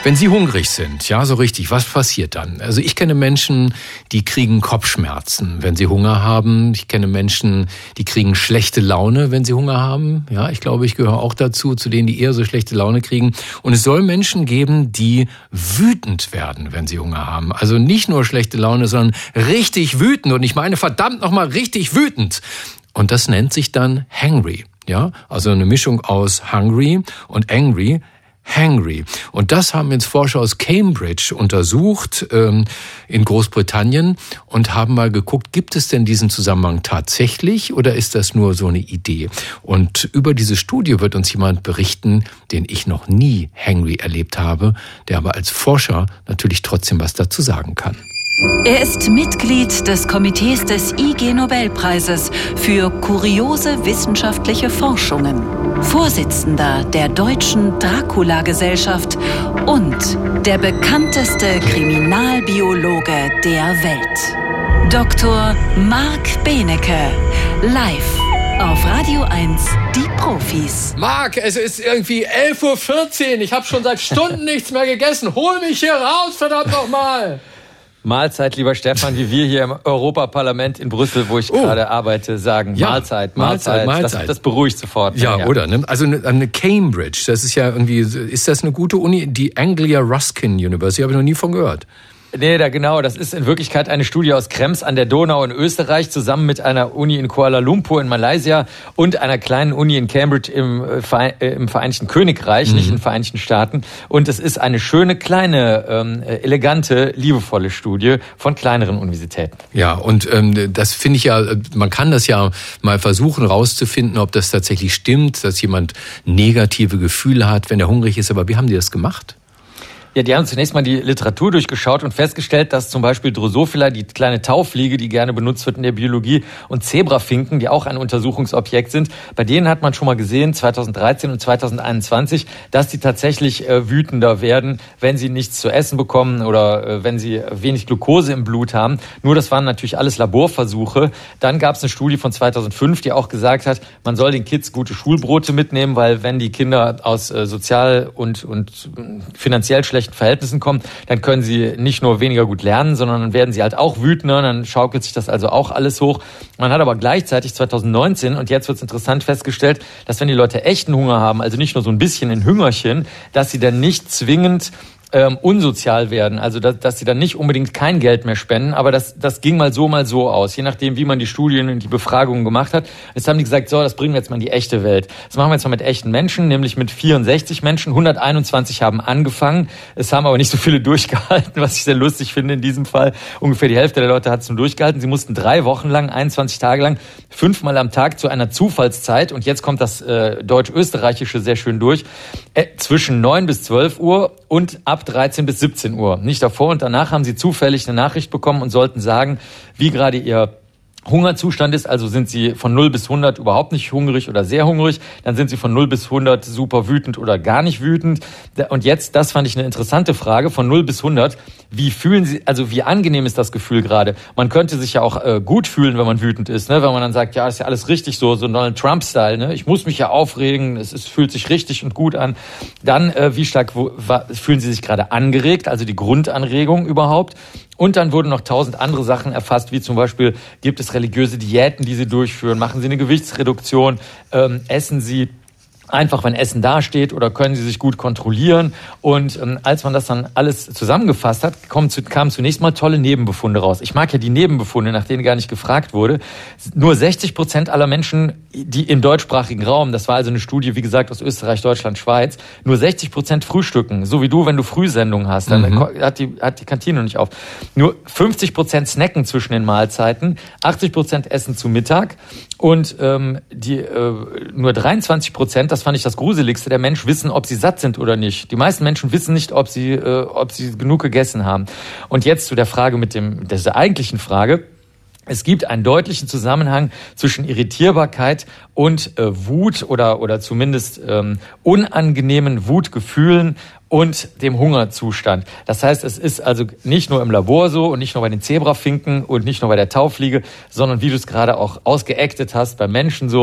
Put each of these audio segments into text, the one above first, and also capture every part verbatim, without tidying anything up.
Wenn Sie hungrig sind, ja, so richtig, was passiert dann? Also ich kenne Menschen, die kriegen Kopfschmerzen, wenn sie Hunger haben. Ich kenne Menschen, die kriegen schlechte Laune, wenn sie Hunger haben. Ja, ich glaube, ich gehöre auch dazu, zu denen, die eher so schlechte Laune kriegen. Und es soll Menschen geben, die wütend werden, wenn sie Hunger haben. Also nicht nur schlechte Laune, sondern richtig wütend. Und ich meine, verdammt nochmal richtig wütend. Und das nennt sich dann hangry. Ja, also eine Mischung aus hungry und angry. Hangry. Und das haben jetzt Forscher aus Cambridge untersucht ähm, in Großbritannien und haben mal geguckt, gibt es denn diesen Zusammenhang tatsächlich oder ist das nur so eine Idee? Und über diese Studie wird uns jemand berichten, den ich noch nie hangry erlebt habe, der aber als Forscher natürlich trotzdem was dazu sagen kann. Er ist Mitglied des Komitees des I G-Nobelpreises für kuriose wissenschaftliche Forschungen, Vorsitzender der Deutschen Dracula-Gesellschaft und der bekannteste Kriminalbiologe der Welt. Doktor Marc Benecke, live auf Radio eins, die Profis. Marc, es ist irgendwie elf Uhr vierzehn, ich habe schon seit Stunden nichts mehr gegessen. Hol mich hier raus, verdammt nochmal! Mahlzeit, lieber Stefan, wie wir hier im Europaparlament in Brüssel, wo ich oh. gerade arbeite, sagen. Ja, Mahlzeit, Mahlzeit. Mahlzeit. Das, das beruhigt sofort. Ja, ja. Oder? Ne? Also eine, eine Cambridge, das ist ja irgendwie, ist das eine gute Uni? Die Anglia Ruskin University, habe ich noch nie von gehört. Nee, da genau, das ist in Wirklichkeit eine Studie aus Krems an der Donau in Österreich, zusammen mit einer Uni in Kuala Lumpur in Malaysia und einer kleinen Uni in Cambridge im, Verein, äh, im Vereinigten Königreich, mhm. nicht in den Vereinigten Staaten. Und es ist eine schöne, kleine, ähm, elegante, liebevolle Studie von kleineren Universitäten. Ja, und ähm, das finde ich ja, man kann das ja mal versuchen rauszufinden, ob das tatsächlich stimmt, dass jemand negative Gefühle hat, wenn er hungrig ist. Aber wie haben die das gemacht? Ja, die haben zunächst mal die Literatur durchgeschaut und festgestellt, dass zum Beispiel Drosophila, die kleine Taufliege, die gerne benutzt wird in der Biologie, und Zebrafinken, die auch ein Untersuchungsobjekt sind, bei denen hat man schon mal gesehen, zweitausenddreizehn und zweitausendeinundzwanzig, dass die tatsächlich äh, wütender werden, wenn sie nichts zu essen bekommen oder äh, wenn sie wenig Glucose im Blut haben. Nur das waren natürlich alles Laborversuche. Dann gab es eine Studie von zweitausendfünf, die auch gesagt hat, man soll den Kids gute Schulbrote mitnehmen, weil wenn die Kinder aus äh, sozial und, und finanziell schlecht Verhältnissen kommen, dann können sie nicht nur weniger gut lernen, sondern dann werden sie halt auch wütender, dann schaukelt sich das also auch alles hoch. Man hat aber gleichzeitig zweitausendneunzehn, und jetzt wird es interessant, festgestellt, dass wenn die Leute echten Hunger haben, also nicht nur so ein bisschen ein Hüngerchen, dass sie dann nicht zwingend Ähm, unsozial werden, also dass, dass sie dann nicht unbedingt kein Geld mehr spenden, aber das, das ging mal so, mal so aus, je nachdem, wie man die Studien und die Befragungen gemacht hat. Jetzt haben die gesagt, so, das bringen wir jetzt mal in die echte Welt. Das machen wir jetzt mal mit echten Menschen, nämlich mit vierundsechzig Menschen. hunderteinundzwanzig haben angefangen, es haben aber nicht so viele durchgehalten, was ich sehr lustig finde in diesem Fall. Ungefähr die Hälfte der Leute hat es nur durchgehalten. Sie mussten drei Wochen lang, einundzwanzig Tage lang, fünfmal am Tag zu einer Zufallszeit, und jetzt kommt das äh, Deutsch-Österreichische sehr schön durch, äh, zwischen neun bis zwölf Uhr und ab dreizehn bis siebzehn Uhr. Nicht davor und danach haben sie zufällig eine Nachricht bekommen und sollten sagen, wie gerade ihr Hungerzustand ist, also sind sie von null bis hundert überhaupt nicht hungrig oder sehr hungrig, dann sind sie von null bis hundert super wütend oder gar nicht wütend. Und jetzt, das fand ich eine interessante Frage, von null bis hundert, wie fühlen Sie, also wie angenehm ist das Gefühl gerade? Man könnte sich ja auch äh, gut fühlen, wenn man wütend ist, ne? Wenn man dann sagt, ja, ist ja alles richtig so, so Donald Trump-Style, ne? Ich muss mich ja aufregen, es ist, fühlt sich richtig und gut an. Dann, äh, wie stark wo, wa, fühlen Sie sich gerade angeregt, also die Grundanregung überhaupt? Und dann wurden noch tausend andere Sachen erfasst, wie zum Beispiel, gibt es religiöse Diäten, die Sie durchführen? Machen Sie eine Gewichtsreduktion? Ähm, essen Sie einfach, wenn Essen dasteht, oder können Sie sich gut kontrollieren? Und ähm, als man das dann alles zusammengefasst hat, kamen zu, kamen zunächst mal tolle Nebenbefunde raus. Ich mag ja die Nebenbefunde, nach denen gar nicht gefragt wurde. Nur sechzig Prozent aller Menschen, die im deutschsprachigen Raum, das war also eine Studie, wie gesagt, aus Österreich, Deutschland, Schweiz, nur sechzig Prozent frühstücken. So wie du, wenn du Frühsendungen hast, dann mhm. hat die, hat die Kantine nicht auf. Nur fünfzig Prozent snacken zwischen den Mahlzeiten, achtzig Prozent essen zu Mittag und ähm, die äh, nur dreiundzwanzig Prozent, das fand ich das Gruseligste, der Mensch wissen, ob sie satt sind oder nicht. Die meisten Menschen wissen nicht, ob sie, äh, ob sie genug gegessen haben. Und jetzt zu der Frage mit dem, der eigentlichen Frage. Es gibt einen deutlichen Zusammenhang zwischen Irritierbarkeit und äh, Wut oder oder zumindest ähm, unangenehmen Wutgefühlen und dem Hungerzustand. Das heißt, es ist also nicht nur im Labor so und nicht nur bei den Zebrafinken und nicht nur bei der Taufliege, sondern wie du es gerade auch ausgeactet hast, bei Menschen so.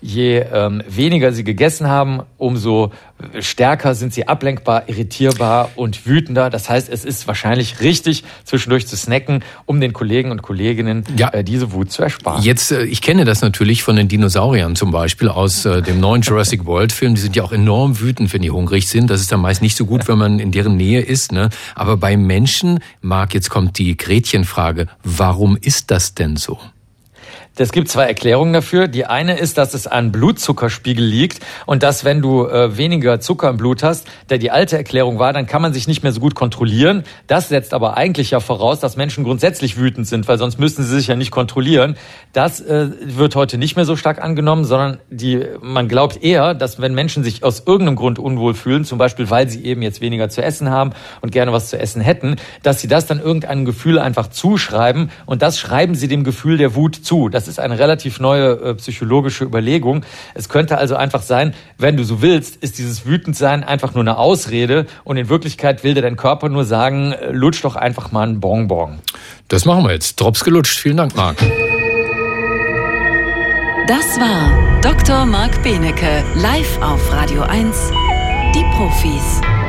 je ähm, weniger sie gegessen haben, umso stärker sind sie ablenkbar, irritierbar und wütender. Das heißt, es ist wahrscheinlich richtig, zwischendurch zu snacken, um den Kollegen und Kolleginnen ja. äh, diese Wut zu ersparen. Jetzt, äh, ich kenne das natürlich von den Dinosauriern zum Beispiel aus äh, dem neuen Jurassic World Film. Die sind ja auch enorm wütend, wenn die hungrig sind. Das ist dann meist nicht so gut, wenn man in deren Nähe ist. Ne? Aber bei Menschen, Marc, jetzt kommt die Gretchenfrage, warum ist das denn so? Es gibt zwei Erklärungen dafür. Die eine ist, dass es an Blutzuckerspiegel liegt und dass, wenn du äh, weniger Zucker im Blut hast, der die alte Erklärung war, dann kann man sich nicht mehr so gut kontrollieren. Das setzt aber eigentlich ja voraus, dass Menschen grundsätzlich wütend sind, weil sonst müssten sie sich ja nicht kontrollieren. Das äh, wird heute nicht mehr so stark angenommen, sondern die, man glaubt eher, dass wenn Menschen sich aus irgendeinem Grund unwohl fühlen, zum Beispiel weil sie eben jetzt weniger zu essen haben und gerne was zu essen hätten, dass sie das dann irgendeinem Gefühl einfach zuschreiben und das schreiben sie dem Gefühl der Wut zu. Das ist eine relativ neue äh, psychologische Überlegung. Es könnte also einfach sein, wenn du so willst, ist dieses Wütendsein einfach nur eine Ausrede und in Wirklichkeit will dir dein Körper nur sagen, äh, lutsch doch einfach mal einen Bonbon. Das machen wir jetzt. Drops gelutscht. Vielen Dank, Marc. Das war Doktor Marc Benecke, live auf Radio eins, die Profis.